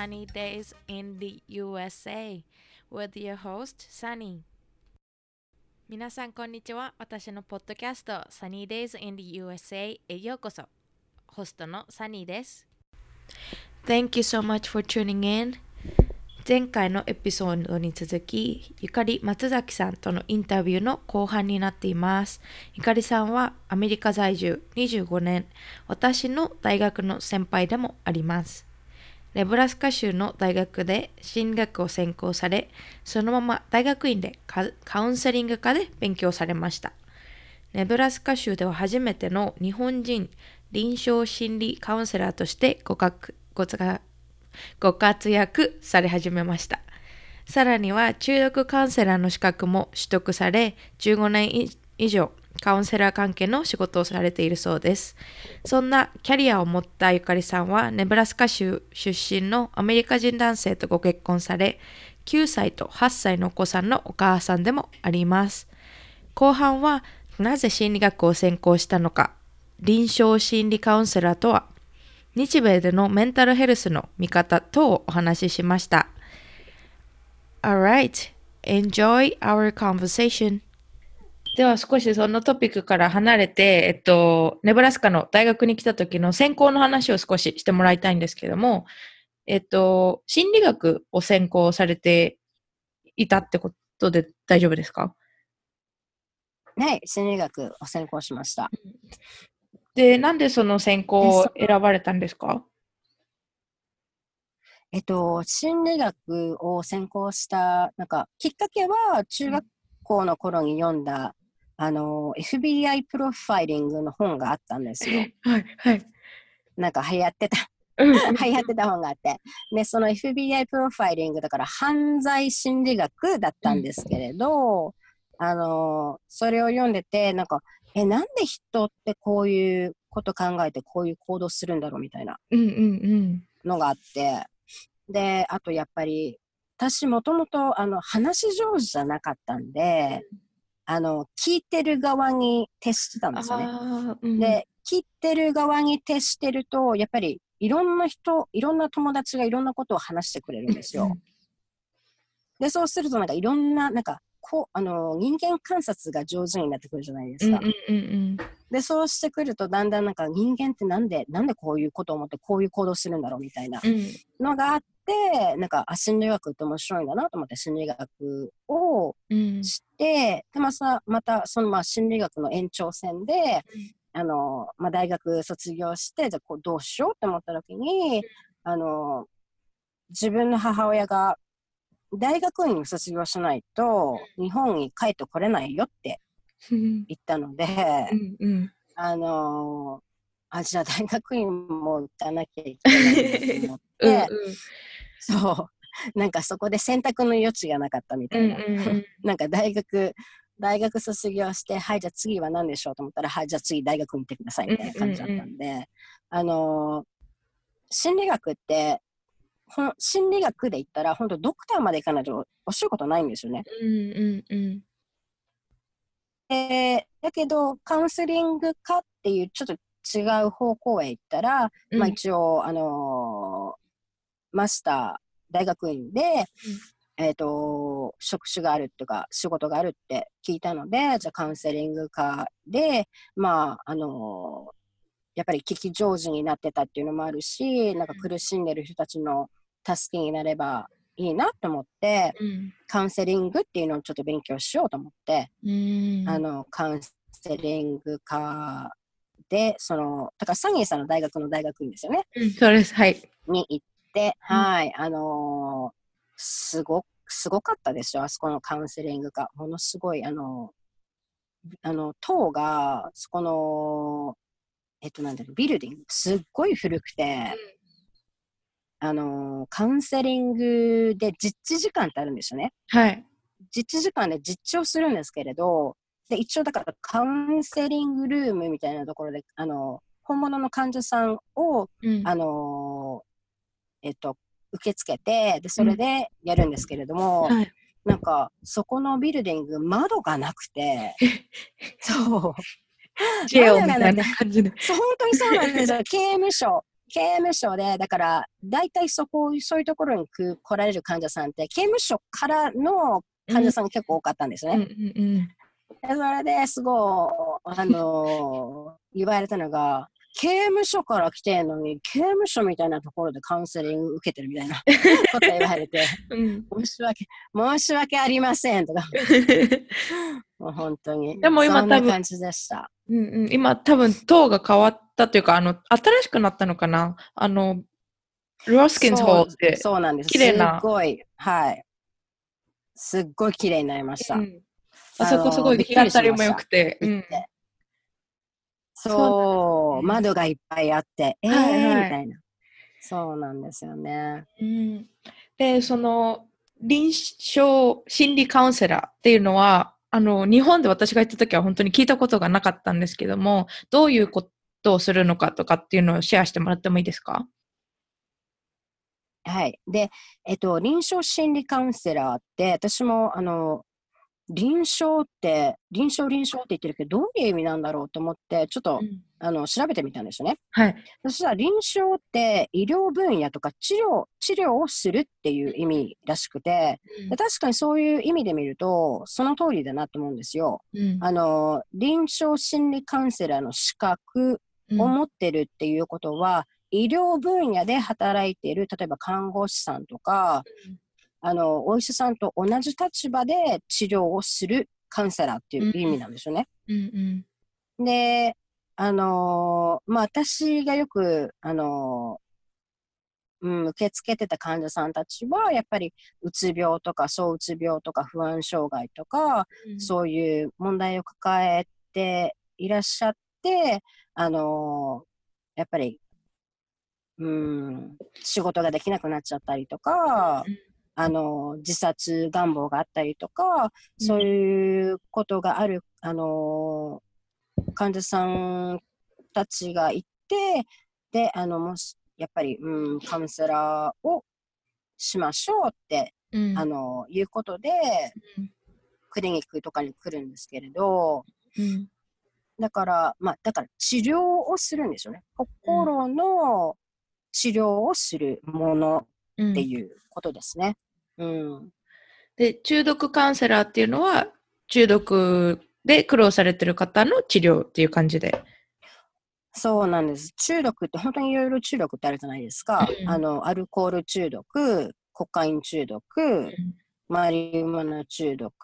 Sunny Days in the USA with your host, Sunny. 皆さんこんにちは。私のポッドキャスト Sunny Days in the USA へようこそ。ホストの Sunny です。Thank you so much for tuning in. 前回のエピソードに続き、ゆかり松崎さんとのインタビューの後半になっています。ゆかりさんはアメリカ在住25年、私の大学の先輩でもあります。ネブラスカ州の大学で心理学を専攻され、そのまま大学院でカウンセリング科で勉強されました。ネブラスカ州では初めての日本人臨床心理カウンセラーとしてご活躍され始めました。さらには中毒カウンセラーの資格も取得され、15年以上カウンセラー関係の仕事をされているそうです。そんなキャリアを持ったゆかりさんはネブラスカ州出身のアメリカ人男性とご結婚され、9歳と8歳のお子さんのお母さんでもあります。後半はなぜ心理学を専攻したのか、臨床心理カウンセラーとは、日米でのメンタルヘルスの見方等をお話ししました。Alright, enjoy our conversation. では少しそのトピックから離れて、ネブラスカの大学に来た時の専攻の話を少ししてもらいたいんですけども、心理学を専攻されていたってことで大丈夫ですか？ はい、心理学を専攻しました。 で、なんでその専攻を選ばれたんですか？ 心理学を専攻した、きっかけは中学校の頃に読んだ、FBI プロファイリングの本があったんですよ。 はい、はい。 流行ってた本があって。で、その FBI プロファイリングだから犯罪心理学だったんですけれど、それを読んでて、なんで人ってこういうこと考えてこういう行動するんだろうみたいなのがあって、で、あとやっぱり、私もともと話し上手じゃなかったんで、聞いてる側に徹してたんですよね。で、聞いてる側に徹してると、やっぱりいろんな人、いろんな友達がいろんなことを話してくれるんですよ。で、そうするといろんな、人間観察が上手になってくるじゃないですか。で、そうしてくると、だんだん人間ってなんでこういうことを思ってこういう行動するんだろうみたいなのがあって、心理学って面白いんだなと思って心理学を知って、で、またその心理学の延長線で、大学卒業して、じゃあどうしようって思った時に、自分の母親が大学院を卒業しないと日本に帰ってこれないよって言ったので、じゃあ大学院も行かなきゃいけないと思って、そう、そこで選択の余地がなかったみたいな。大学卒業して、はい、じゃあ次は何でしょうと思ったら、はい、じゃあ次大学に行ってくださいみたいな感じだったんで、心理学って、心理学で言ったら、本当ドクターまで行かないとお仕事ないんですよね。だけど、カウンセリング科っていうちょっと違う方向へ行ったら、一応、マスター、大学院で、職種があるっていうか、仕事があるって聞いたので、じゃあカウンセリング科で、やっぱり聞き上手になってたっていうのもあるし、苦しんでる人たちの助けになればいいなと思って、カウンセリングっていうのをちょっと勉強しようと思って、カウンセリング科で、だからサニーさんの大学の大学院ですよね。 そうです、はい。 に行って、はい、すごかったですよ、あそこのカウンセリング科。ものすごい、塔が、そこの、ビルディング、すっごい古くて、カウンセリングで実地時間ってあるんですよね。 はい。 実地時間で実地をするんですけれど、で、一応だからカウンセリングルームみたいなところで、本物の患者さんを、受け付けて、で、それでやるんですけれども、そこのビルディング、窓がなくて、そう。 ジェオみたいな感じで。 そう、本当にそうなんですよ。刑務所刑務所で、だから、大体そういうところに来られる患者さんって、刑務所からの患者さんが結構多かったんですね。でそれですごい、言われたのが、刑務所から来てんのに、刑務所みたいなところでカウンセリング受けてるみたいなこと言われて、申し訳ありませんとか、もう本当に。 でも今そんな感じでした。 今多分党が変わったというか、新しくなったのかな、ロスキンズホールって、 そうなんです。 綺麗な。 すごい、はい。すっごい綺麗になりました。 あそこすごい日当たりも良くて。 そう、窓がいっぱいあって、みたいな。そうなんですよね。 で、その、臨床心理カウンセラーっていうのは、日本で私が行った時は本当に聞いたことがなかったんですけども、どういうことをするのかとかっていうのをシェアしてもらってもいいですか？ はい。で、臨床心理カウンセラーって、私も、臨床って言ってるけど、どういう意味なんだろうと思って、ちょっと、調べてみたんですよね。 はい。 そしたら、臨床って医療分野とか治療をするっていう意味らしくて、で確かにそういう意味で見ると、その通りだなと思うんですよ。臨床心理カウンセラーの資格を持ってるっていうことは、医療分野で働いている、例えば看護師さんとか、お医者さんと同じ立場で治療をするカウンセラーっていう意味なんですよね。で、私がよく、受け付けてた患者さんたちは、やっぱりうつ病とか、躁うつ病とか、不安障害とか、そういう問題を抱えていらっしゃって、やっぱり、仕事ができなくなっちゃったりとか、自殺願望があったりとか、そういうことがある、患者さんたちがいて、で、もし、やっぱり、カウンセラーをしましょうって、いうことで、クリニックとかに来るんですけれど、だから治療をするんですよね。心の治療をするものっていうことですね。 で、中毒カウンセラーっていうのは、中毒で苦労されてる方の治療っていう感じで。 そうなんです。中毒って本当にいろいろ中毒ってあるじゃないですか。アルコール中毒、コカイン中毒、マリウマナ中毒、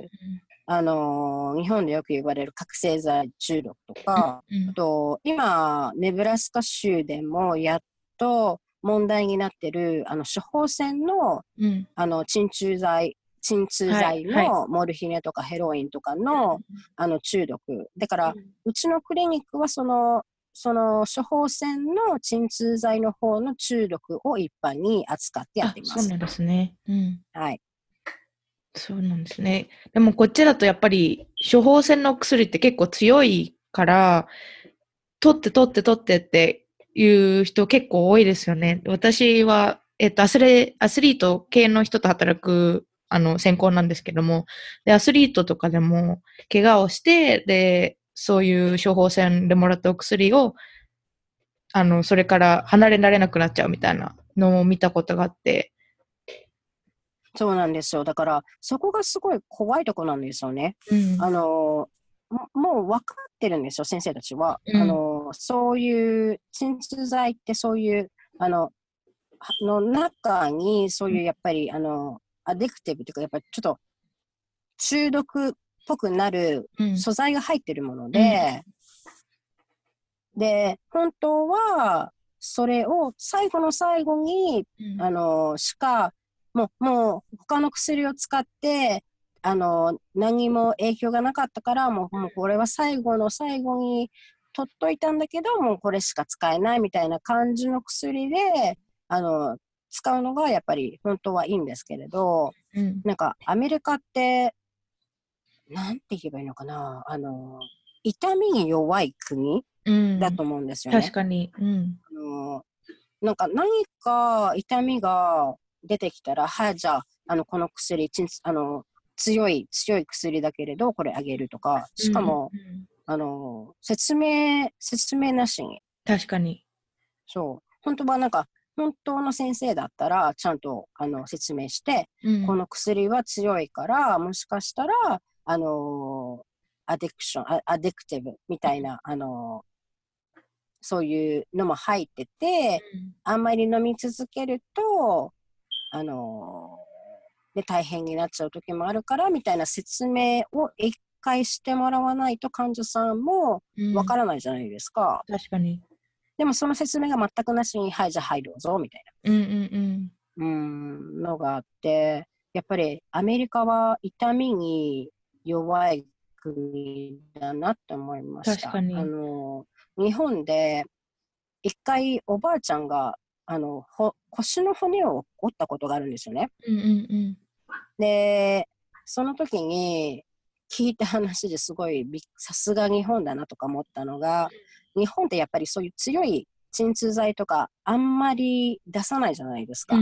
日本でよく言われる覚醒剤中毒とか、あと、今、ネブラスカ州でもやっと問題になってる、処方箋の、鎮痛剤のモルヒネとかヘロインとかの、中毒。だから、うちのクリニックはその処方箋の鎮痛剤の方の中毒を一般に扱ってやっています。 そうなんですね。 はい。 そうなんですね。でもこっちだとやっぱり処方箋の薬って結構強いから、取ってっていう人結構多いですよね。私は、アスリート系の人と働く、専攻なんですけども、で、アスリートとかでも、怪我をして、で、そういう処方箋でもらったお薬を、それから離れられなくなっちゃうみたいなのを見たことがあって。 そうなんですよ。だから、そこがすごい怖いとこなんですよね。もう分かってるんですよ、先生たちは。そういう鎮痛剤ってそういう、の中に、そういうやっぱり、アディクティブというか、やっぱりちょっと中毒っぽくなる素材が入ってるもので、で、本当は、それを最後の最後に、しか、もう他の薬を使って、何も影響がなかったから、もうこれは最後の最後に取っといたんだけど、もうこれしか使えないみたいな感じの薬で、使うのがやっぱり本当はいいんですけれど、なんかアメリカって、なんて言えばいいのかな、痛みに弱い国だと思うんですよね。 確かに。 なんか何か痛みが出てきたら、はい、じゃあ、この薬、強い薬だけれど、これあげるとか、しかも、説明なしに。 確かに。 そ本当はなんか、本当の先生だったら、ちゃんと説明して、この薬は強いから、もしかしたら、アディクション、アディクティブみたいな、そういうのも入ってて、あんまり飲み続けると、で大変になっちゃう時もあるからみたいな説明を一回してもらわないと患者さんもわからないじゃないですか。 確かに。 でもその説明が全くなしに、はい、じゃあ入るぞみたいな、のがあって、やっぱりアメリカは痛みに弱い国だなって思いました。 確かに。 日本で一回おばあちゃんが腰の骨を折ったことがあるんですよね。で、その時に聞いた話ですごいさすが日本だなとか思ったのが、日本ってやっぱりそういう強い鎮痛剤とかあんまり出さないじゃないですか。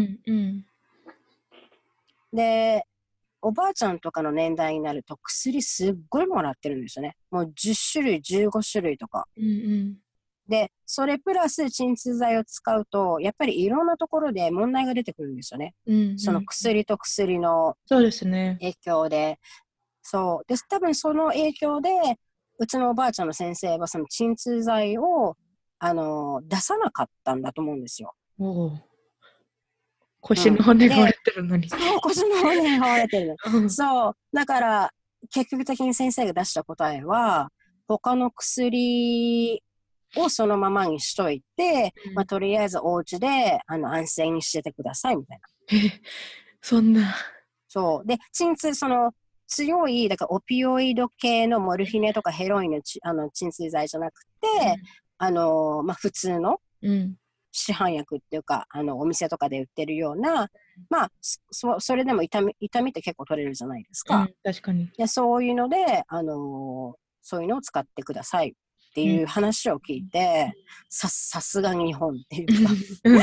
で、おばあちゃんとかの年代になると薬すっごいもらってるんですよね。もう10種類、15種類とか。で、それプラス鎮痛剤を使うと、やっぱりいろんなところで問題が出てくるんですよね。その薬と薬の影響で。そうで、多分その影響で、うちのおばあちゃんの先生はその鎮痛剤を出さなかったんだと思うんですよ。 腰の骨が折れてるのに。 そう、腰の骨が折れてるの。そう。だから、結局的に先生が出した答えは、他の薬をそのままにしといて、とりあえずお家で安静にしててくださいみたいな。 そんな。そう。 で、鎮痛、強い、だからオピオイド系のモルヒネとかヘロインの鎮痛剤じゃなくて、普通の市販薬っていうか、お店とかで売ってるような、それでも痛みって結構取れるじゃないですか。 確かに。 でそういうので、そういうのを使ってくださいっていう話を聞いて、さすが日本っていうか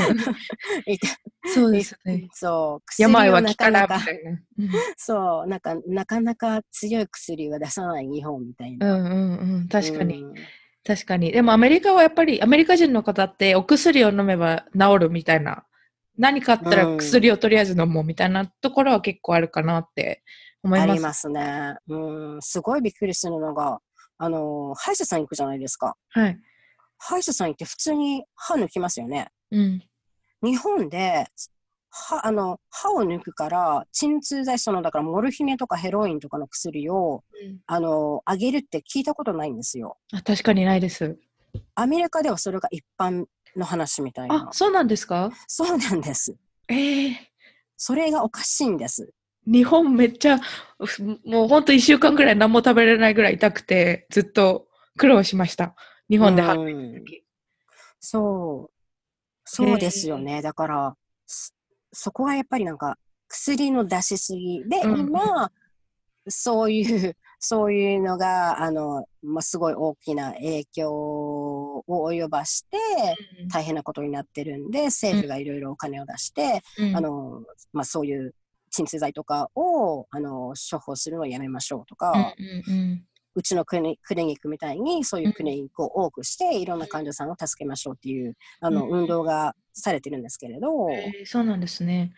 そうですね。 そう、薬はなかなかそう、なかなか強い薬は出さない日本みたいな。 確かに。確かに。でもアメリカはやっぱり、アメリカ人の方ってお薬を飲めば治るみたいな。何かあったら薬をとりあえず飲もうみたいなところは結構あるかなって思います。 ありますね。すごいびっくりするのが、歯医者さん行くじゃないですか。 はい。 歯医者さん行って普通に歯抜きますよね。日本で、歯を抜くから、鎮痛剤、だからモルヒネとかヘロインとかの薬を、あげるって聞いたことないんですよ。 確かにないです。 アメリカではそれが一般の話みたいな。 そうなんですか？ そうなんです。それがおかしいんです。 日本めっちゃ、もうほんと1週間ぐらい何も食べれないぐらい痛くて、ずっと苦労しました。日本で歯抜いた時。 そうですよね。だから、そこはやっぱりなんか、薬の出しすぎで、今、そういうのが、すごい大きな影響を及ばして、大変なことになってるんで、政府がいろいろお金を出して、そういう鎮痛剤とかを、処方するのをやめましょうとか、うちのクリニックみたいに、そういうクリニックを多くして、いろんな患者さんを助けましょうっていう、運動がされてるんですけれど。 そうなんですね。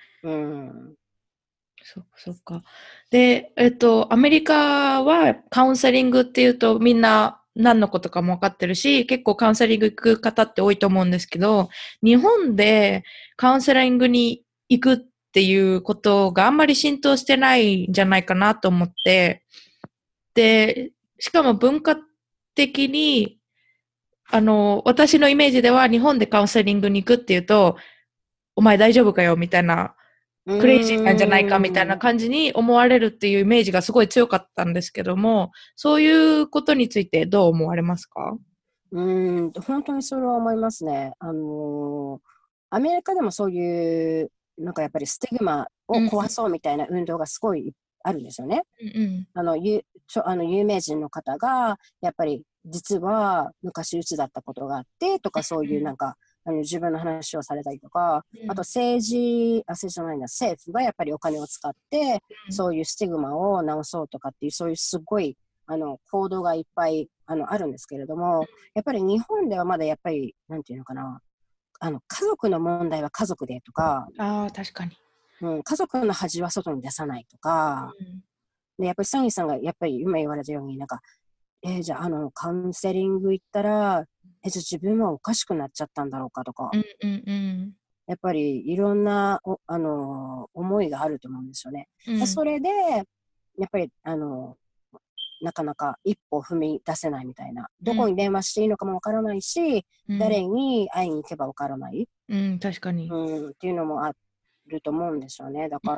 そっか。で、アメリカはカウンセリングっていうとみんな何のことかも分かってるし、結構カウンセリング行く方って多いと思うんですけど、日本でカウンセリングに行くっていうことがあんまり浸透してないんじゃないかなと思って、で、しかも文化的に、私のイメージでは日本でカウンセリングに行くっていうと、お前大丈夫かよみたいな、クレイジーなんじゃないかみたいな感じに思われるっていうイメージがすごい強かったんですけども、そういうことについてどう思われますか？ 本当にそれは思いますね。アメリカでもそういう、なんかやっぱりスティグマを壊そうみたいな運動がすごいあるんですよね。有名人の方が、やっぱり実は昔鬱だったことがあってとか、そういうなんか、自分の話をされたりとか、あと政治じゃないんだ、政府がやっぱりお金を使って、そういうスティグマを直そうとかっていう、そういうすごい、行動がいっぱいあるんですけれども、やっぱり日本ではまだやっぱり、なんていうのかな、 家族の問題は家族でとか、 ああ、確かに。 家族の恥は外に出さないとか、で、やっぱりサニーさんがやっぱり今言われたように、なんか、じゃあ、カウンセリング行ったら、じゃあ自分はおかしくなっちゃったんだろうかとか、やっぱりいろんな思いがあると思うんですよね。それで、やっぱり、なかなか一歩踏み出せないみたいな。どこに電話していいのかもわからないし、誰に会いに行けばわからない。 確かに。 っていうのもあると思うんですよね。だから、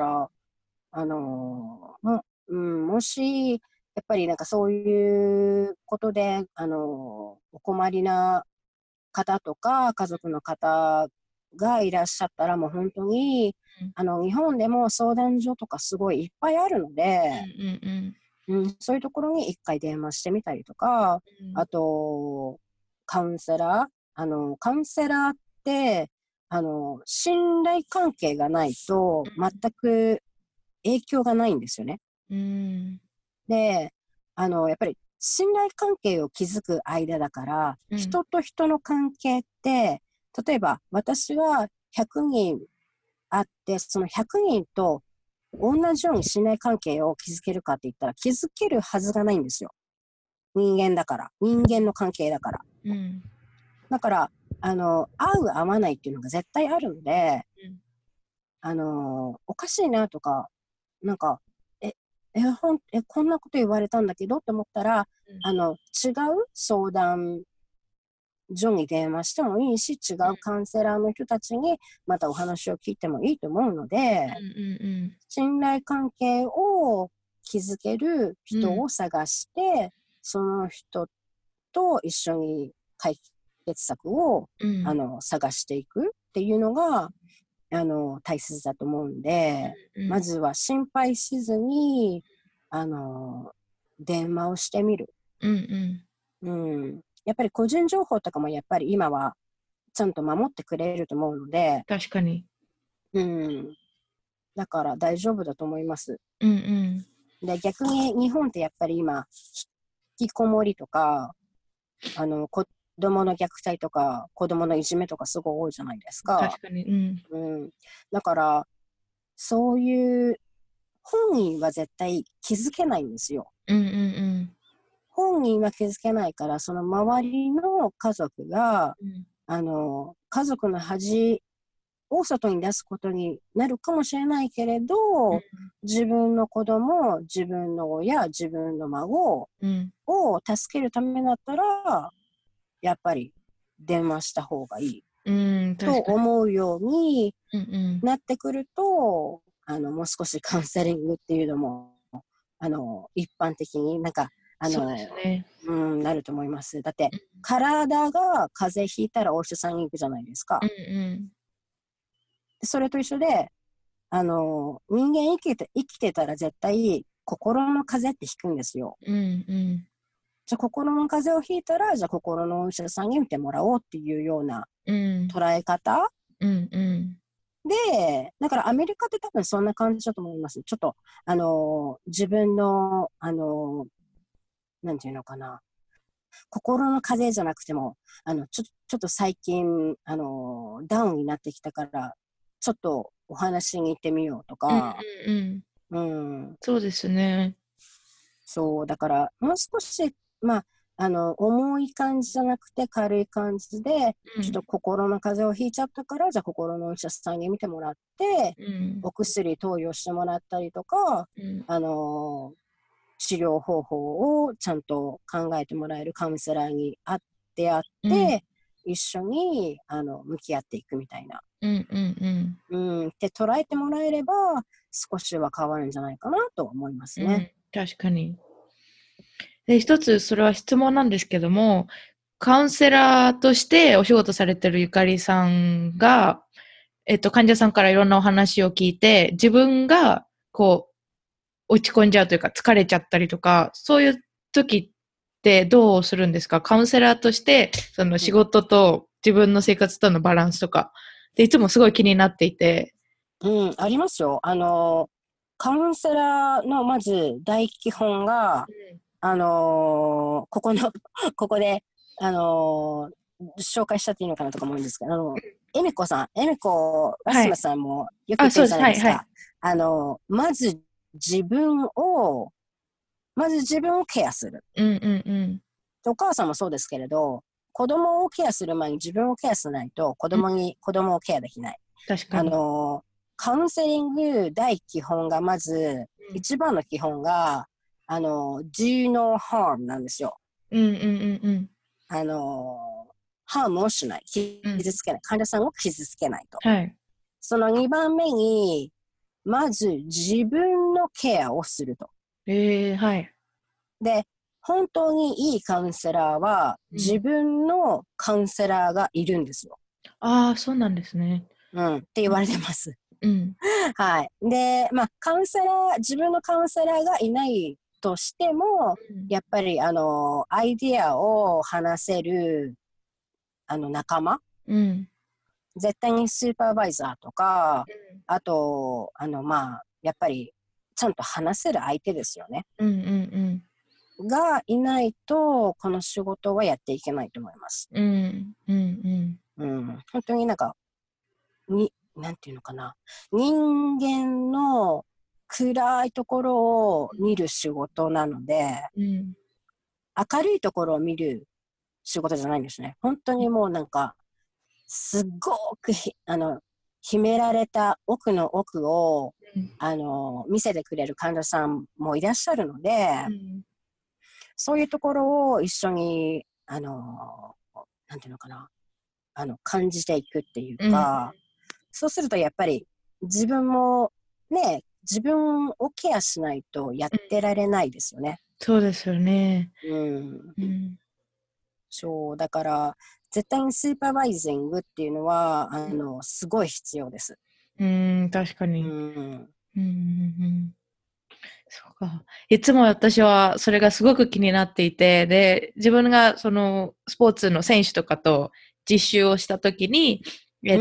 もし、やっぱりなんかそういうことで、お困りな方とか、家族の方がいらっしゃったら、もう本当に、日本でも相談所とかすごいいっぱいあるので、そういうところに一回電話してみたりとか、あと、カウンセラー。カウンセラーって、信頼関係がないと全く影響がないんですよね。で、やっぱり信頼関係を築く間だから、人と人の関係って、例えば私は100人あって、その100人と同じように信頼関係を築けるかって言ったら築けるはずがないんですよ。人間だから。人間の関係だから。だから、合う合わないっていうのが絶対あるので、おかしいなとか、なんか、こんなこと言われたんだけどって思ったら、違う相談所に電話してもいいし、違うカウンセラーの人たちにまたお話を聞いてもいいと思うので、信頼関係を築ける人を探して、その人と一緒に解決策を、探していくっていうのが、大切だと思うんで、まずは心配しずに、電話をしてみる。やっぱり個人情報とかもやっぱり今はちゃんと守ってくれると思うので、 確かに。 だから大丈夫だと思います。で、逆に日本ってやっぱり今、引きこもりとか、子供の虐待とか、子供のいじめとかすごい多いじゃないですか。 確かに。 だから、そういう本人は絶対気づけないんですよ。本人は気づけないから、その周りの家族が、家族の恥を外に出すことになるかもしれないけれど、自分の子供、自分の親、自分の孫を助けるためだったら、やっぱり電話した方がいいと思うようになってくると、もう少しカウンセリングっていうのも、一般的になんか、なると思います。だって、体が風邪ひいたらお医者さんに行くじゃないですか。それと一緒で、人間生きてたら絶対心の風邪ってひくんですよ。じゃあ心の風邪をひいたら、じゃあ心のお医者さんに見てもらおうっていうような捉え方、で、だからアメリカって多分そんな感じだと思います。ちょっと、自分の、なんていうのかな、心の風邪じゃなくても、ちょっと最近、ダウンになってきたから、ちょっとお話に行ってみようとか、 そうですね。 そう、だから、もう少し、重い感じじゃなくて軽い感じで、ちょっと心の風邪をひいちゃったから、じゃあ心のお医者さんに見てもらって、お薬投与してもらったりとか、治療方法をちゃんと考えてもらえるカウンセラーに会って一緒に向き合っていくみたいな。って捉えてもらえれば、少しは変わるんじゃないかなと思いますね。 確かに。で、一つ、それは質問なんですけども、カウンセラーとしてお仕事されてるゆかりさんが、患者さんからいろんなお話を聞いて、自分が、落ち込んじゃうというか、疲れちゃったりとか、そういう時ってどうするんですか？カウンセラーとして、その仕事と自分の生活とのバランスとか、でいつもすごい気になっていて。 ありますよ。カウンセラーのまず大基本が、ここで、紹介しちゃっていいのかなとか思うんですけど、 恵美子さん、ラはい。 スムさんもよく言あ、 ってるそうです。はい、はい。 じゃないですか。まず自分を、まず自分をケアする。 うん、うん、うん。 お母さんもそうですけれど、子供をケアする前に自分をケアしないとうん、 子供をケアできない。あ確かに。 の、カウンセリング第基本がまず、一番の基本が、do no harm なんですよ。 うん、うん、うん、うん。 あの、ハームをしない。傷うん。 つけない。患者さんを傷つけないと。 はい。 その2番目に、まず自分のケアをすると。 はい。 で、本当にいいカウンセラーはうん。 自分のカウンセラーがいるんですよ。 ああ、そうなんですね。 うん、って言われてます。 うん。 はい。で、まあ、自分のカウンセラーがいないとしても、 うん。 やっぱり、アイディアを話せる、仲間、 うん。 絶対にスーパーバイザーとか、あと、まあ、やっぱり、ちゃんと話せる相手ですよね。 うん。うん。 がいないと、この仕事はやっていけないと思います。 うん。うん。うん。 うん。本当になんか、なんていうのかな。人間の暗いところを見る仕事なので、 うん。 明るいところを見る仕事じゃないんですね。本当にもうなんか、すっごく秘められた奥の奥を、見せてくれる患者さんもいらっしゃるので、 うん。 そういうところを一緒に、なんていうのかな、感じていくっていううん。 か、そうするとやっぱり自分もね、自分をケアしないとやってられないですよね。 そうですよね。 うん。 うん。 そう、だから、絶対にスーパーバイジングっていうのは、すごい必要です。 うん、確かうに。 ん。 うん。うん。そうか。いつも私はそれがすごく気になっていて、で、自分がそのスポーツの選手とかと実習をしたときに、 うん。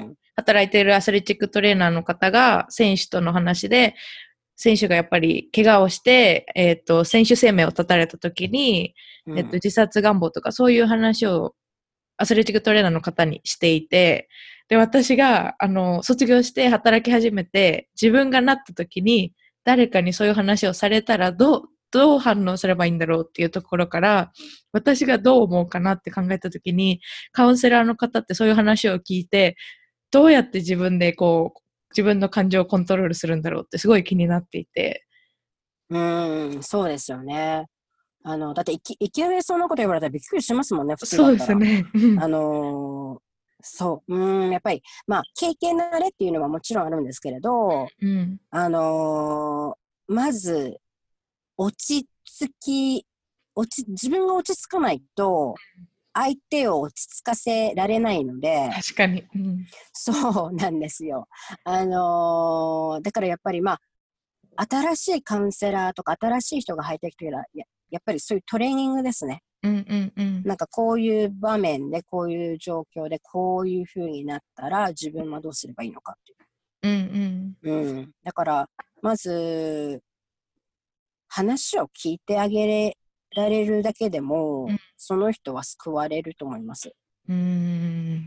働いているアスレチックトレーナーの方が選手との話で、選手がやっぱり怪我をして、選手生命を絶たれたときに、 うん。 自殺願望とかそういう話をアスレチックトレーナーの方にしていて、で、私が、卒業して働き始めて、自分がなった時に、誰かにそういう話をされたら、どう反応すればいいんだろうっていうところから、私がどう思うかなって考えた時に、カウンセラーの方ってそういう話を聞いて、どうやって自分で自分の感情をコントロールするんだろうってすごい気になっていて。 うん、そうですよね。だっていきなりそんなこと言われたらびっくりしますもんね、普通そうだったら。 ですね。 あのーそう、やっぱり、まあ、経験慣れっていうのはもちろんあるんですけれど、 うん。 まず、落ち着き、自分が落ち着かないと、相手を落ち着かせられないので、 確かに。うん。 そうなんですよ。だからやっぱりまあ、新しいカウンセラーとか新しい人が入ってきてら、やっぱりそういうトレーニングですね。 うんうんうん。 なんかこういう場面で、こういう状況で、こういう風になったら自分はどうすればいいのかっていうんうん。 う。だから、まず、話を聞いてあげられるだけでも、その人は救われると思います。 うん、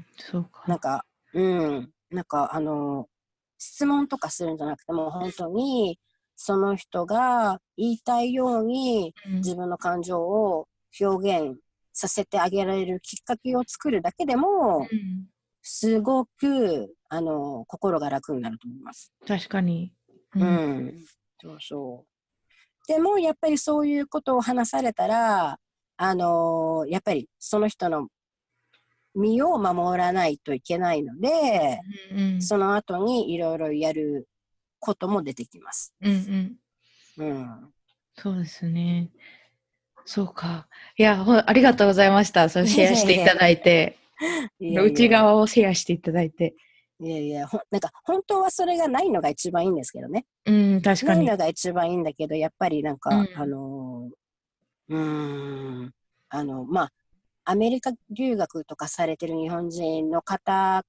そうか。 なんか、なんか質問とかするんじゃなくても、本当に、その人が言いたいようにうん。 自分の感情を表現させてあげられるきっかけを作るだけでも、 うん。 すごく、心が楽になると思います。 確かに。ううん。 ん。そうそう。でも、やっぱりそういうことを話されたら、やっぱりその人の身を守らないといけないので、 うんうん。 その後にいろいろやることも出てきます。 うんうん。 うん。 そうですね。そうか。いや、ありがとうございました。そう、 いシェアしやいやいていただいて、 や、いやい内やいや、 側をシェアしていただいて。 いやいや、なんか本当はそれがないのが一番いいんですけどね。 うん、確かに。 ないのが一番いいんだけど、やっぱりなんか、 うん。 うーん、まあ、アメリカ留学とかされてる日本人の方、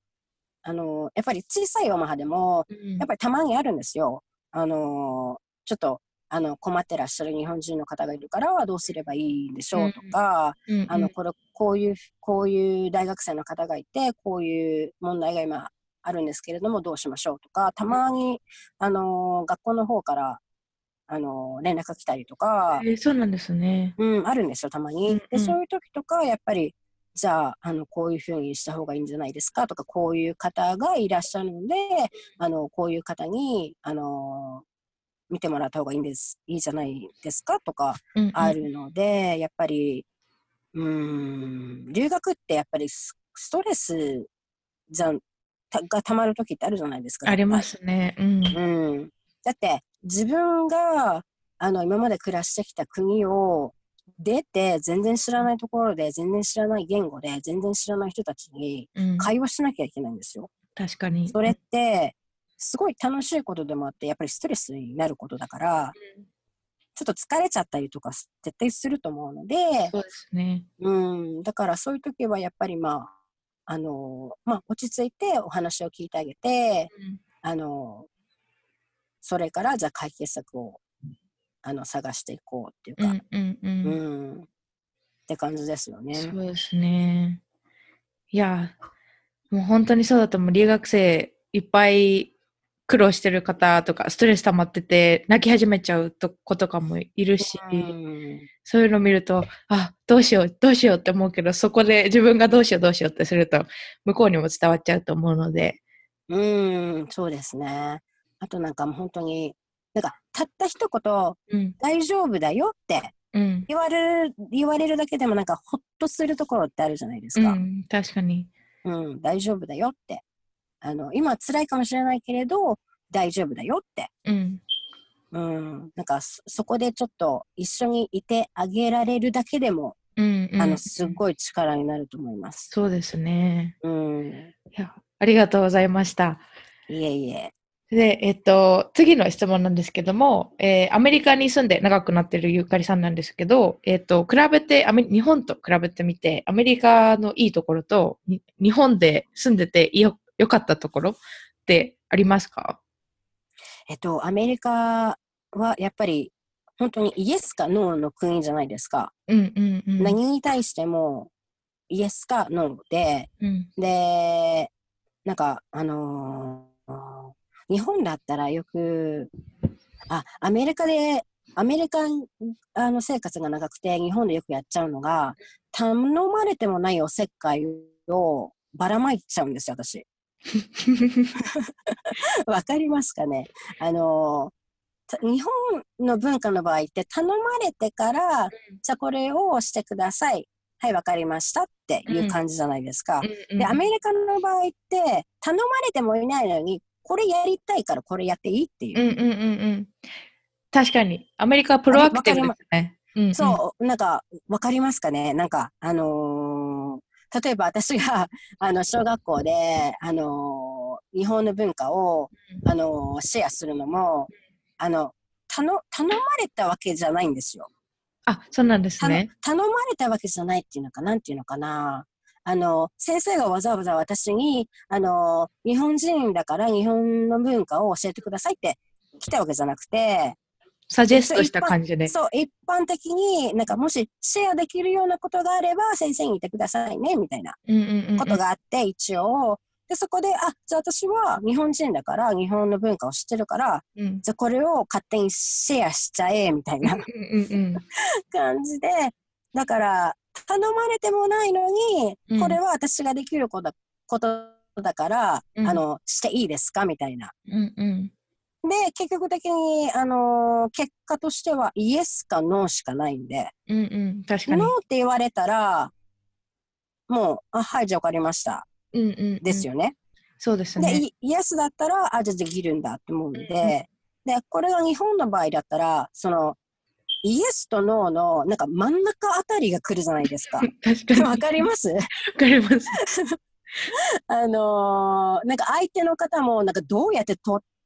やっぱり小さいオマハでも、 うん。 やっぱりたまにあるんですよ。ちょっと、 困ってらっしゃる日本人の方がいるからはどうすればいいんでしょうとか、こういう大学生の方がいて、こういう問題が今あるんですけれども、どうしましょうとか、たまに、学校の方から、連絡が来たりとか、 そうなんですね。 あるんですよ、たまに。で、そういう時とか、やっぱり、じゃあ、こういうふうにした方がいいんじゃないですかとか、こういう方がいらっしゃるので、こういう方に、見てもらった方がいいじゃないですかとか、あるので、やっぱり、留学ってやっぱりストレスがたまる時ってあるじゃないですか。 ありますね。 だって、自分が、今まで暮らしてきた国を出て、全然知らないところで、全然知らない言語で、全然知らない人たちに会話しなきゃいけないんですよ。 確かに。 それって、すごい楽しいことでもあって、やっぱりストレスになることだから、ちょっと疲れちゃったりとか絶対すると思うので、 そうですね。 だからそういう時はやっぱり落ち着いてお話を聞いてあげて、それからじゃあ解決策を探していこうっていうか、って感じですよね。 そうですね。いや、もう本当にそうだと思う。留学生いっぱい苦労してる方とか、ストレス溜まってて、泣き始めちゃう子とかもいるし、そういうのを見ると、どうしようって思うけど、そこで自分がどうしようってすると、向こうにも伝わっちゃうと思うので。 そうですね。あとなんかもう本当に、なんかたった一言、大丈夫だよって言われるだけでもなんかほっとするところってあるじゃないですか。 確かに。 大丈夫だよって。今辛いかもしれないけれど、大丈夫だよって。なんかそこでちょっと一緒にいてあげられるだけでも、すっごい力になると思います。 そうですね。いや、ありがとうございました。 いえいえ。 で、次の質問なんですけども、アメリカに住んで長くなっているゆかりさんなんですけど、日本と比べてみて、アメリカのいいところと、日本で住んでてよかったところってありますか？ アメリカはやっぱり本当にイエスかノーの国じゃないですか。何に対してもイエスかノーで、で、なんか、日本だったらよく、アメリカ生活が長くて日本でよくやっちゃうのが、頼まれてもないおせっかいをばらまいちゃうんですよ、私。わかりますかね？日本の文化の場合って頼まれてから、じゃあこれをしてください。はい、わかりましたっていう感じじゃないですか。で、アメリカの場合って頼まれてもいないのに、これやりたいからこれやっていいっていう。 確かに。アメリカはプロアクティブですね。 そう、なんか、わかりますかね？なんか、例えば私が、小学校で、日本の文化を、シェアするのも、頼まれたわけじゃないんですよ。 そうなんですね。 頼まれたわけじゃないっていうのか、なんていうのかな。先生がわざわざ私に、日本人だから日本の文化を教えてくださいって来たわけじゃなくて、 サジェストした感じで。 そう、一般的になんかもしシェアできるようなことがあれば先生に言ってくださいね、みたいなことがあって、一応。で、そこで、じゃあ私は日本人だから日本の文化を知ってるから、じゃあこれを勝手にシェアしちゃえ、みたいな感じで、だから頼まれてもないのに、これは私ができることだから、していいですかみたいな。で、結局的に、結果としてはイエスかノーしかないんで、 確かに。 ノーって言われたら、もう、はい、じゃあ分かりました。ですよね。 そうですね。 で、イエスだったら、じゃあできるんだって思うんで、で、これが日本の場合だったら、イエスとノーの、なんか真ん中あたりが来るじゃないですか。 確かに。 わかります？わかります。 なんか相手の方も、なんかどうやって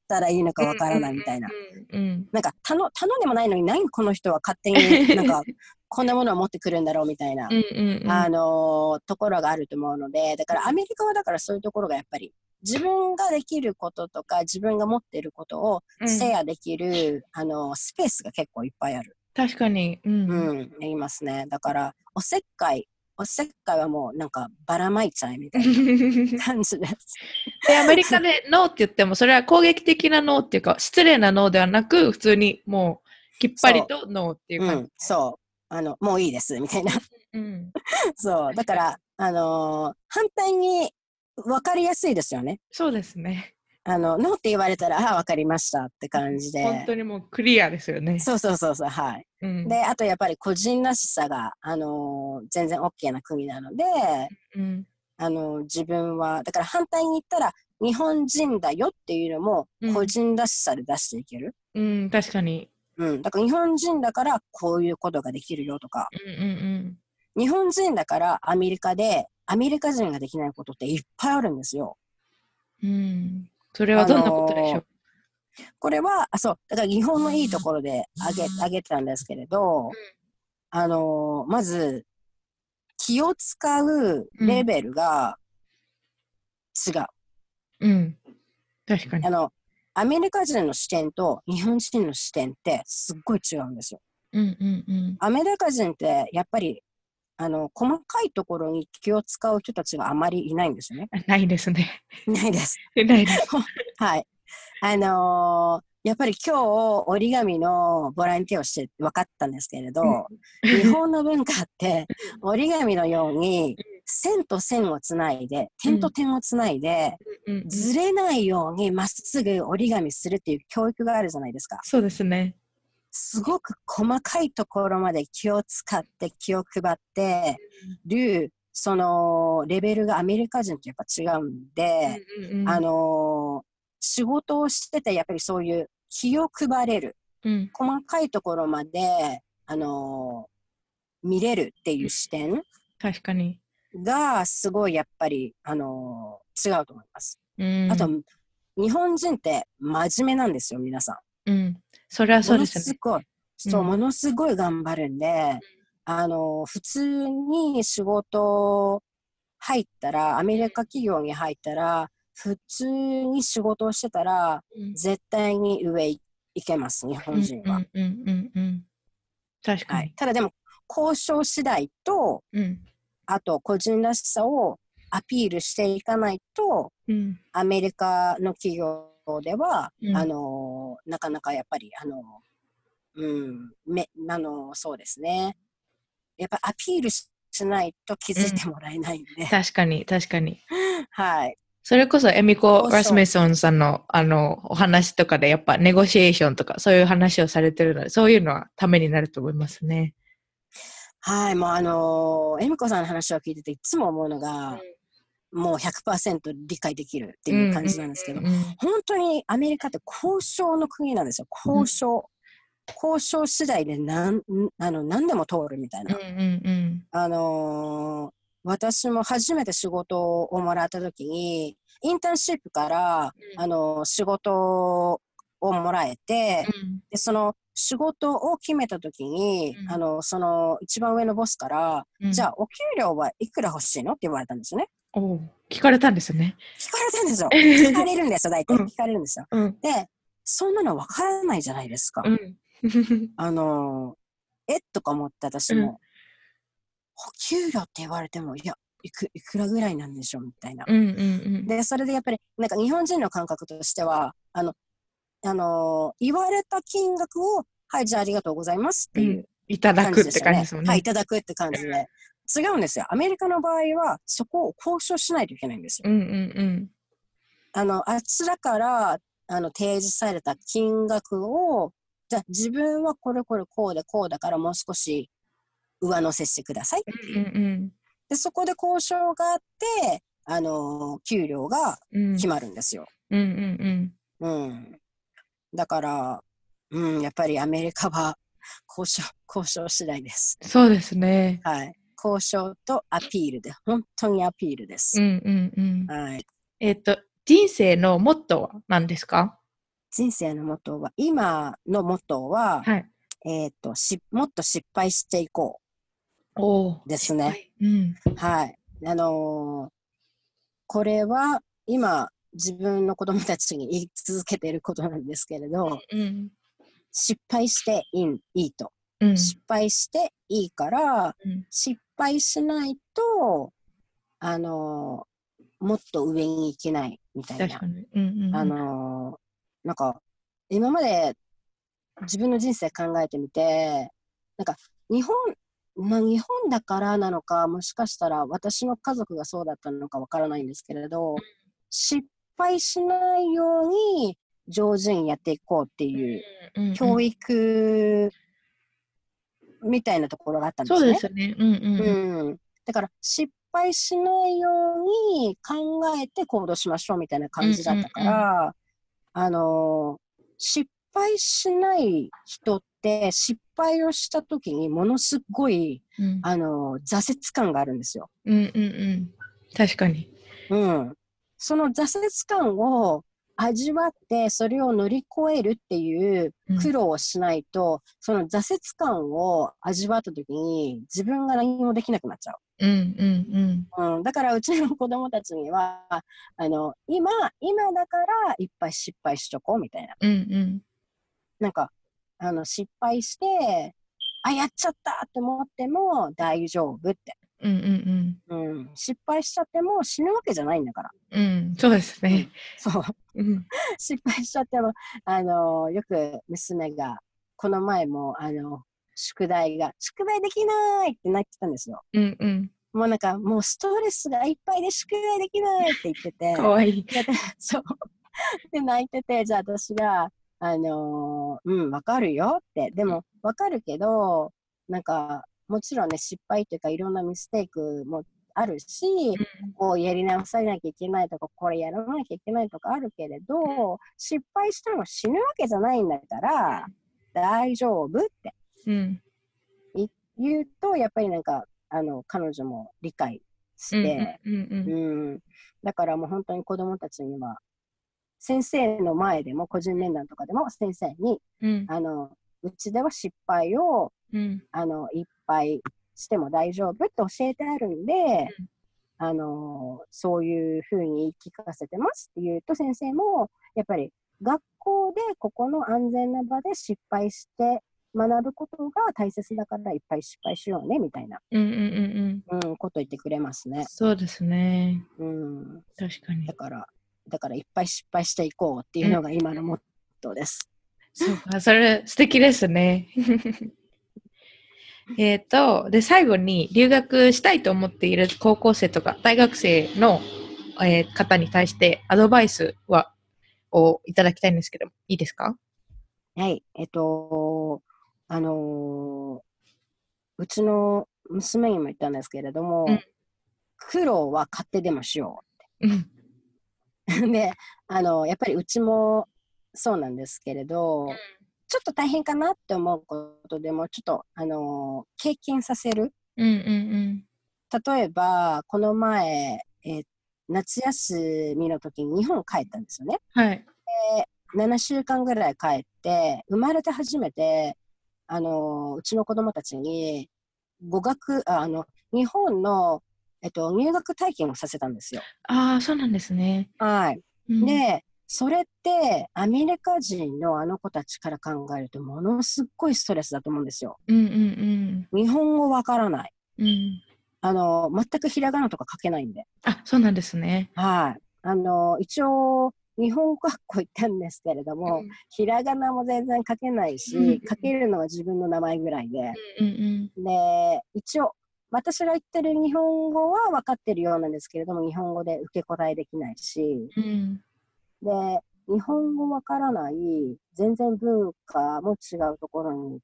ったらいいのかわからないみたいな。 うん。 なんか頼んでもないのに何この人は勝手になんかこんなものを持ってくるんだろうみたいな、 うんうんうん。 ところがあると思うので、だからアメリカはだからそういうところがやっぱり自分ができることとか自分が持っていることをシェアできる、スペースが結構いっぱいある。 確かに。うん。 言いますね。だからおせっかいはもうなんかばらまいちゃえみたいな感じです。 アメリカでノーって言っても、それは攻撃的なノーっていうか、失礼なノーではなく、普通にもうきっぱりとノーっていう感じ。 そう。もういいです、みたいな。 うん。 そう。だから、反対に分かりやすいですよね。 そうですね。 ノーって言われたら、ああ、分かりましたって感じで。 本当にもうクリアですよね。 そう、はい。 うん。 で、あとやっぱり個人らしさが、全然 OK な国なので、 うん。 自分は、だから反対に言ったら、日本人だよっていうのも、個人らしさで出していける。 うん、確かに。 だから日本人だからこういうことができるよとか、日本人だからアメリカでアメリカ人ができないことっていっぱいあるんですよ。 うん。それはどんなことでしょう？ これは、だから日本のいいところであげたんですけれど、まず、気を使うレベルが違う。 うん。確かに。 アメリカ人の視点と日本人の視点ってすっごい違うんですよ。アメリカ人ってやっぱり細かいところに気を使う人たちがあまりいないんですよね。 ないですね。 ないです。 ないです。 はい。やっぱり今日折り紙のボランティアをして分かったんですけれど、日本の文化って折り紙のように線と線をつないで、点と点をつないで、ずれないようにまっすぐ折り紙するっていう教育があるじゃないですか。 そうですね。 すごく細かいところまで気を使って気を配ってる、そのレベルがアメリカ人とやっぱ違うんで、仕事をしててやっぱりそういう気を配れる、細かいところまで、見れるっていう視点確かにがすごいやっぱり、違うと思います。あと、日本人って真面目なんですよ、皆さん。 それはそうですね。 ものすごい頑張るんで、普通に仕事入ったら、アメリカ企業に入ったら、普通に仕事をしてたら、絶対に上行けます、日本人は。 確かに。 はい、ただでも、交渉次第と、あと個人らしさをアピールしていかないと、アメリカの企業では、なかなかやっぱり、そうですね。やっぱアピールしないと気づいてもらえないんで。 確かに。 はい。 それこそエミコ・ラスメソンさんのお話とかでやっぱネゴシエーションとかそういう話をされてるので、そういうのはためになると思いますね。 はい、もうエミコさんの話を聞いてていつも思うのが、もう 100% 理解できるっていう感じなんですけど、本当にアメリカって交渉の国なんですよ。交渉次第で何でも通るみたいな。私も初めて仕事をもらった時に、インターンシップから、仕事をもらえて、で、その仕事を決めた時に、その一番上のボスから、じゃあお給料はいくら欲しいのって言われたんですよね。 聞かれたんですよね。 聞かれたんですよ。聞かれるんですよ、大体。聞かれるんですよ。で、そんなのわからないじゃないですか。とか思って私も、お給料って言われても、いや、いくらぐらいなんでしょうみたいな。で、それでやっぱり、なんか日本人の感覚としては、言われた金額を、はい、じゃあありがとうございますっていういただくって感じですもんね。 はい、いただくって感じで。違うんですよ。アメリカの場合は、そこを交渉しないといけないんですよ。あちらから、提示された金額を、じゃあ自分はこれこうだからもう少し上乗せしてくださいっていう。で、そこで交渉があって、給料が決まるんですよ。だから、やっぱりアメリカは交渉次第です。 そうですね。 はい。交渉とアピールで、本当にアピールです。はい。 人生のモットーは何ですか？ 人生のモットーは、今のモットーは、 はい。 もっと失敗していこおうですね。はい。これは今自分の子供たちに言い続けていることなんですけれど、失敗していいと。失敗していいから、失敗しないと、もっと上に行けないみたいな。 確かに。 なんか、今まで自分の人生考えてみて、なんか、日本だからなのか、もしかしたら私の家族がそうだったのかわからないんですけれど、失敗しないように上手にやっていこうっていう教育みたいなところがあったんですね。 そうですね。 だから失敗しないように考えて行動しましょうみたいな感じだったから、失敗しない人って失敗をした時にものすごい、挫折感があるんですよ。 確かに。 その挫折感を味わってそれを乗り越えるっていう苦労をしないと、その挫折感を味わった時に自分が何もできなくなっちゃう。だからうちの子供たちには今だからいっぱい失敗しとこうみたいな。なんか失敗してやっちゃったって思っても大丈夫って。失敗しちゃっても死ぬわけじゃないんだから。 そうですね。 そう。失敗しちゃってもよく娘がこの前も宿題できないって泣いてたんですよ。もうもうストレスがいっぱいで宿題できないって言っててかわいい。 そうで泣いてて、じゃあ私がわかるよって。でもわかるけど、もちろんね、失敗っていうかいろんなミステイクもあるし、こうやり直さなきゃいけないとか、これやらなきゃいけないとかあるけれど、失敗しても死ぬわけじゃないんだから、大丈夫って言うと、やっぱり彼女も理解して、だからもう本当に子供たちには、先生の前でも個人面談とかでも先生に、うちでは失敗を、いっぱいしても大丈夫って教えてあるんで、そういうふうに言い聞かせてますって言うと、先生もやっぱり学校でここの安全な場で失敗して学ぶことが大切だからいっぱい失敗しようねみたいなこと言ってくれますね。 そうですね。確かに。 だからいっぱい失敗していこうっていうのが今のモットーです。 そうか、それ素敵ですね。で、最後に留学したいと思っている高校生とか大学生の、方に対してアドバイスをいただきたいんですけど、いいですか？ はい。うちの娘にも言ったんですけれども、苦労は勝手でもしようって。で、やっぱりうちもそうなんですけれど、ちょっと大変かなって思うことでも、ちょっと、経験させる。例えば、この前、夏休みの時に日本帰ったんですよね。で、7週間ぐらい帰って、生まれて初めて、うちの子供たちに、日本の、入学体験をさせたんですよ。 そうなんですね。 はい。で、それってアメリカ人のあの子たちから考えるとものすっごいストレスだと思うんですよ。日本語わからない。全くひらがなとか書けないんで。 そうなんですね。 はい。一応、日本語学校行ったんですけれども、ひらがなも全然書けないし、書けるのは自分の名前ぐらいで。で、一応、私が言ってる日本語は分かってるようなんですけれども、日本語で受け答えできないし、で、日本語わからない、全然文化も違うところに行って、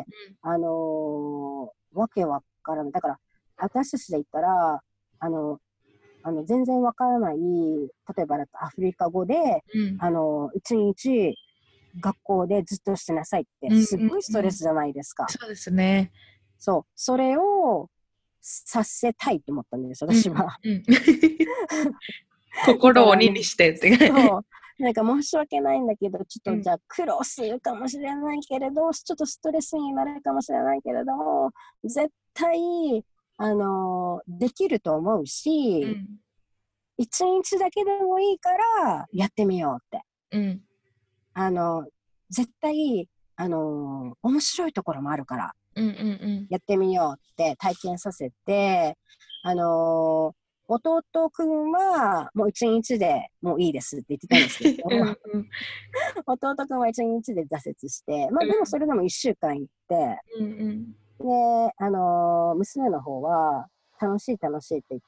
わけわからない。だから、私たちで言ったら、全然わからない、例えばアフリカ語で、一日学校でずっとしてなさいって、すごいストレスじゃないですか。 そうですね。 そう。それをさせたいと思ったんです、私は。 心を鬼にしてって。 そう。 なんか申し訳ないんだけど、ちょっとうんじゃあ苦労するかもしれないけれど、ちょっとストレスになるかもしれないけれども、絶対、できると思うし、 うん一日だけでもいいからやってみようって。 うんあの、絶対、面白いところもあるから、 うんうんやってみようって体験させて、あの弟くんはもう一日でもういいですって言ってたんですけど、 うんうん弟くんは一日で挫折して、まあでもそれでも一週間行って、 うんうんで、娘の方は楽しい楽しいって言って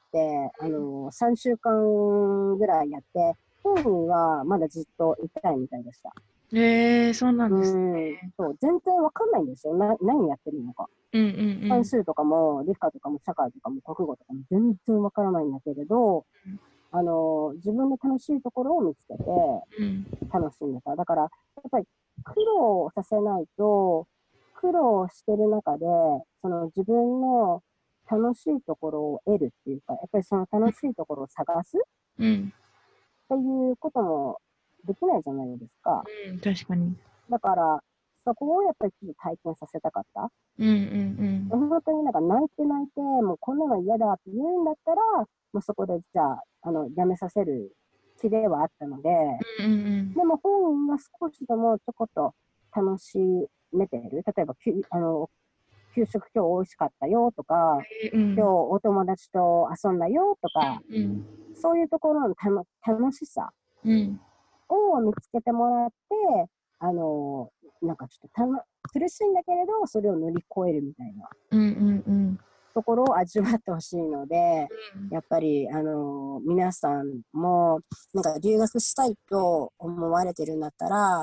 、3週間ぐらいやって、本人はまだずっと行きたいみたいでした。 そうなんですね。 そう、全然わかんないんですよ。何やってるのか。 うんうん算数とかも理科とかも社会とかも国語とかも全然わからないんだけれど、自分の楽しいところを見つけてうん楽しんでた。だから、やっぱり苦労させないと、苦労してる中で、その自分の楽しいところを得るっていうか、やっぱりその楽しいところを探すっうんていうこともできないじゃないですか。 うん確かに。 だから、そこをやっぱりちょっと体験させたかった。 うんうん本当になんか泣いて泣いて、もうこんなの嫌だって言うんだったら、もうそこでじゃあ、やめさせる気ではあったので、 うんうんでも本人が少しでもちょこっと楽しめてる。例えば、給食今日美味しかったよとか、 うん今日お友達と遊んだよとか、 うんそういうところの楽しさうんを見つけてもらって、なんかちょっと苦しいんだけれど、それを乗り越えるみたいなうんうんところを味わってほしいので、やっぱり、皆さんも、なんか留学したいと思われてるんだったら、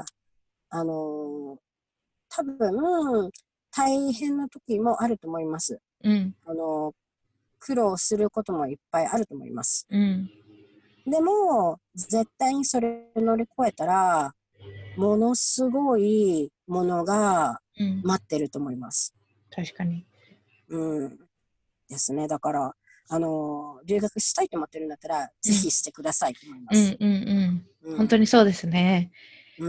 多分、大変な時もあると思います。 うん苦労することもいっぱいあると思います。 うんでも、絶対にそれを乗り越えたら、ものすごいものがうん待ってると思います。 確かに。 うんですね。だから、留学したいと思ってるんだったら、ぜひしてくださいと思います。 本当にそうですね。 うん。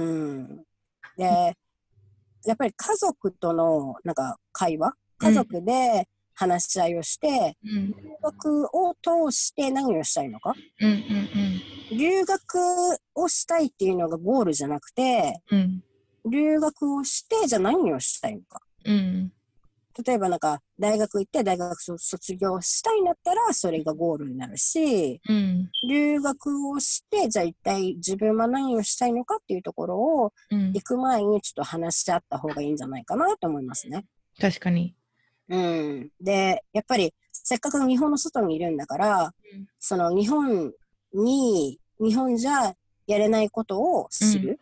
で、やっぱり家族とのなんか会話、家族で話し合いをして、留学を通して何をしたいのか。留学をしたいっていうのがゴールじゃなくて、留学をして、じゃあ何をしたいのか。例えばなんか大学行って大学卒業したいんだったらそれがゴールになるし、留学をしてじゃあ一体自分は何をしたいのかっていうところを行く前にちょっと話し合った方がいいんじゃないかなと思いますね。 確かに。 で、やっぱりせっかく日本の外にいるんだから、その日本じゃやれないことをする。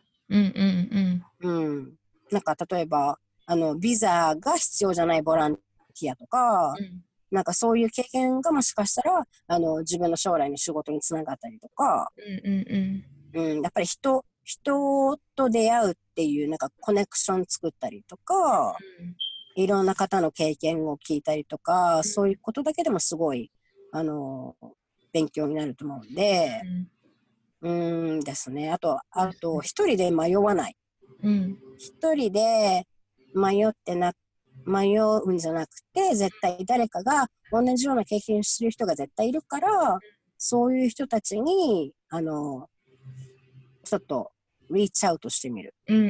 なんか例えばビザが必要じゃないボランティアとか、なんかそういう経験がもしかしたら自分の将来の仕事につながったりとか、やっぱり人と出会うっていうなんかコネクション作ったりとか、いろんな方の経験を聞いたりとか、そういうことだけでもすごい勉強になると思うんで、ですね。あと一人で迷わない。一人で迷うんじゃなくて、絶対誰かが同じような経験をしてる人が絶対いるから、そういう人たちにちょっとリーチアウトしてみる。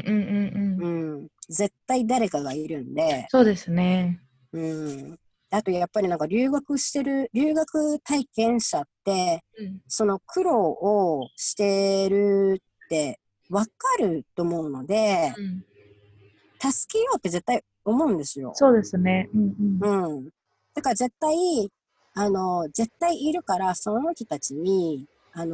絶対誰かがいるんで。 そうですね。 あとやっぱりなんか留学体験者って、その苦労をしてるって分かると思うので、助けようって絶対思うんですよ。 そうですね。 だから絶対いるから、その人たちに、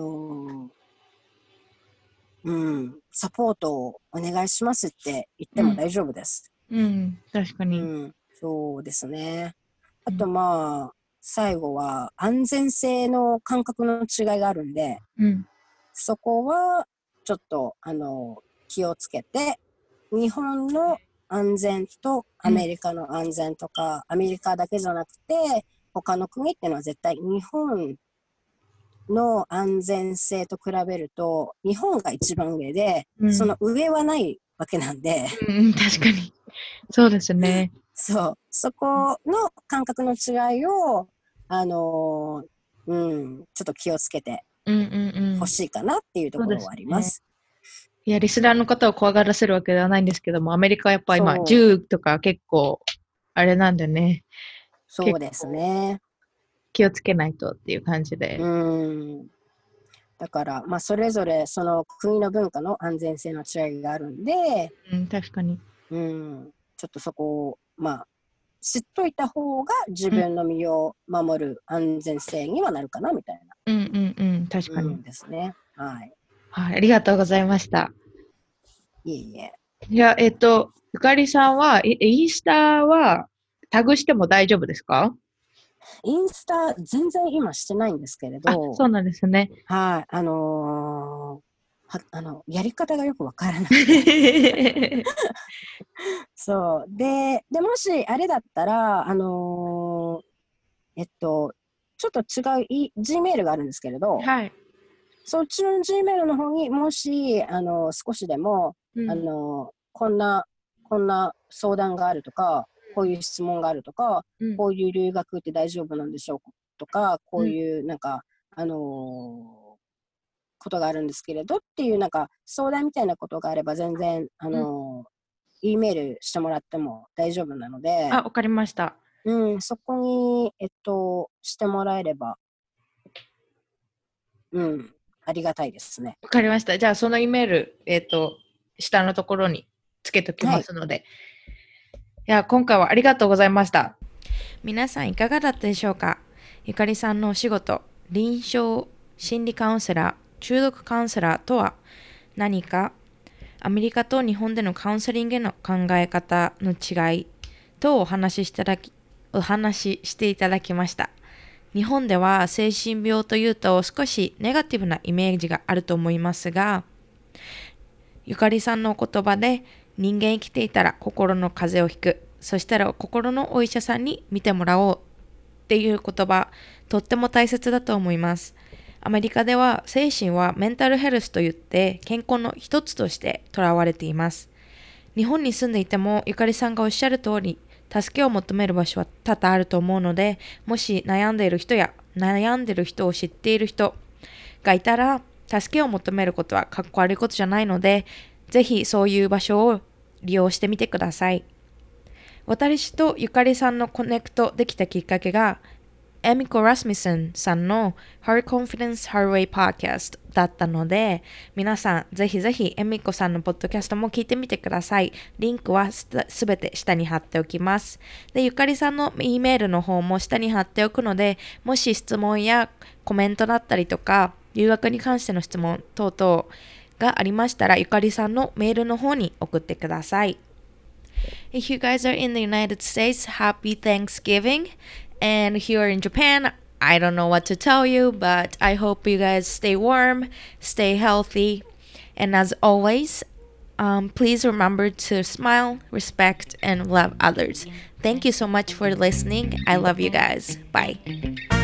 サポートをお願いしますって言っても大丈夫です。 確かに。 そうですね。あとまあ、最後は安全性の感覚の違いがあるんで、そこはちょっと気をつけて、日本の安全とアメリカの安全とか、アメリカだけじゃなくて他の国っていうのは絶対日本の安全性と比べると、日本が一番上で、 うんその上はないわけなんで、 確かに。そうですね。 そこの感覚の違いを、ちょっと気をつけて欲しいかなっていうところはあります。 いや、リスナーの方を怖がらせるわけではないんですけども、アメリカはやっぱ今、 そう銃とか結構、あれなんでね。 そうですね。 気をつけないとっていう感じで。 だから、まあ、それぞれその国の文化の安全性の違いがあるんで、 確かに。 ちょっとそこを、まあ、知っといた方が自分の身を守る安全性にはなるかなみたいな。 確かに。 ですね。はい。 はい、ありがとうございました。 いえいえ。 いや、ゆかりさんは、インスタはタグしても大丈夫ですか？ インスタ全然今してないんですけれど、 そうなんですね。 はい、やり方がよくわからなくて。そう。で、もしあれだったら、ちょっと違うGmail があるんですけれど、 はい。 そっちの Gmail の方にもし、少しでも、こんな相談があるとか、こういう質問があるとか、こういう留学って大丈夫なんでしょうとか、こういうなんか、ことがあるんですけれどっていうなんか相談みたいなことがあれば全然、E メールしてもらっても大丈夫なので、 わかりました。 そこに、してもらえれば、ありがたいですね。 わかりました。じゃあ、その E メール、下のところにつけときますので。いや、今回はありがとうございました。皆さんいかがだったでしょうか？ゆかりさんのお仕事、臨床心理カウンセラー、中毒カウンセラーとは何か、アメリカと日本でのカウンセリングの考え方の違いとお話ししていただきました。日本では精神病というと少しネガティブなイメージがあると思いますが、ゆかりさんのお言葉で人間生きていたら心の風邪をひく、そしたら心のお医者さんに見てもらおうっていう言葉、とっても大切だと思います。アメリカでは精神はメンタルヘルスといって健康の一つとしてとらわれています。日本に住んでいてもゆかりさんがおっしゃる通り、助けを求める場所は多々あると思うので、もし悩んでいる人や悩んでいる人を知っている人がいたら、助けを求めることはかっこ悪いことじゃないので、ぜひそういう場所を利用してみてください。私とゆかりさんのコネクトできたきっかけが、エミコ・ラスミソンさんの Her Confidence Her Way Podcast だったので、皆さんぜひぜひエミコさんのポッドキャストも聞いてみてください。リンクはすべて下に貼っておきます。で、ゆかりさんの E メールの方も下に貼っておくので、もし質問やコメントだったりとか、留学に関しての質問等々がありましたら、ゆかりさんのメールの方に送ってください。If you guys are in the United States, happy Thanksgiving. And here in Japan, I don't know what to tell you, but I hope you guys stay warm, stay healthy. And as always, please remember to smile, respect, and love others. Thank you so much for listening. I love you guys. Bye.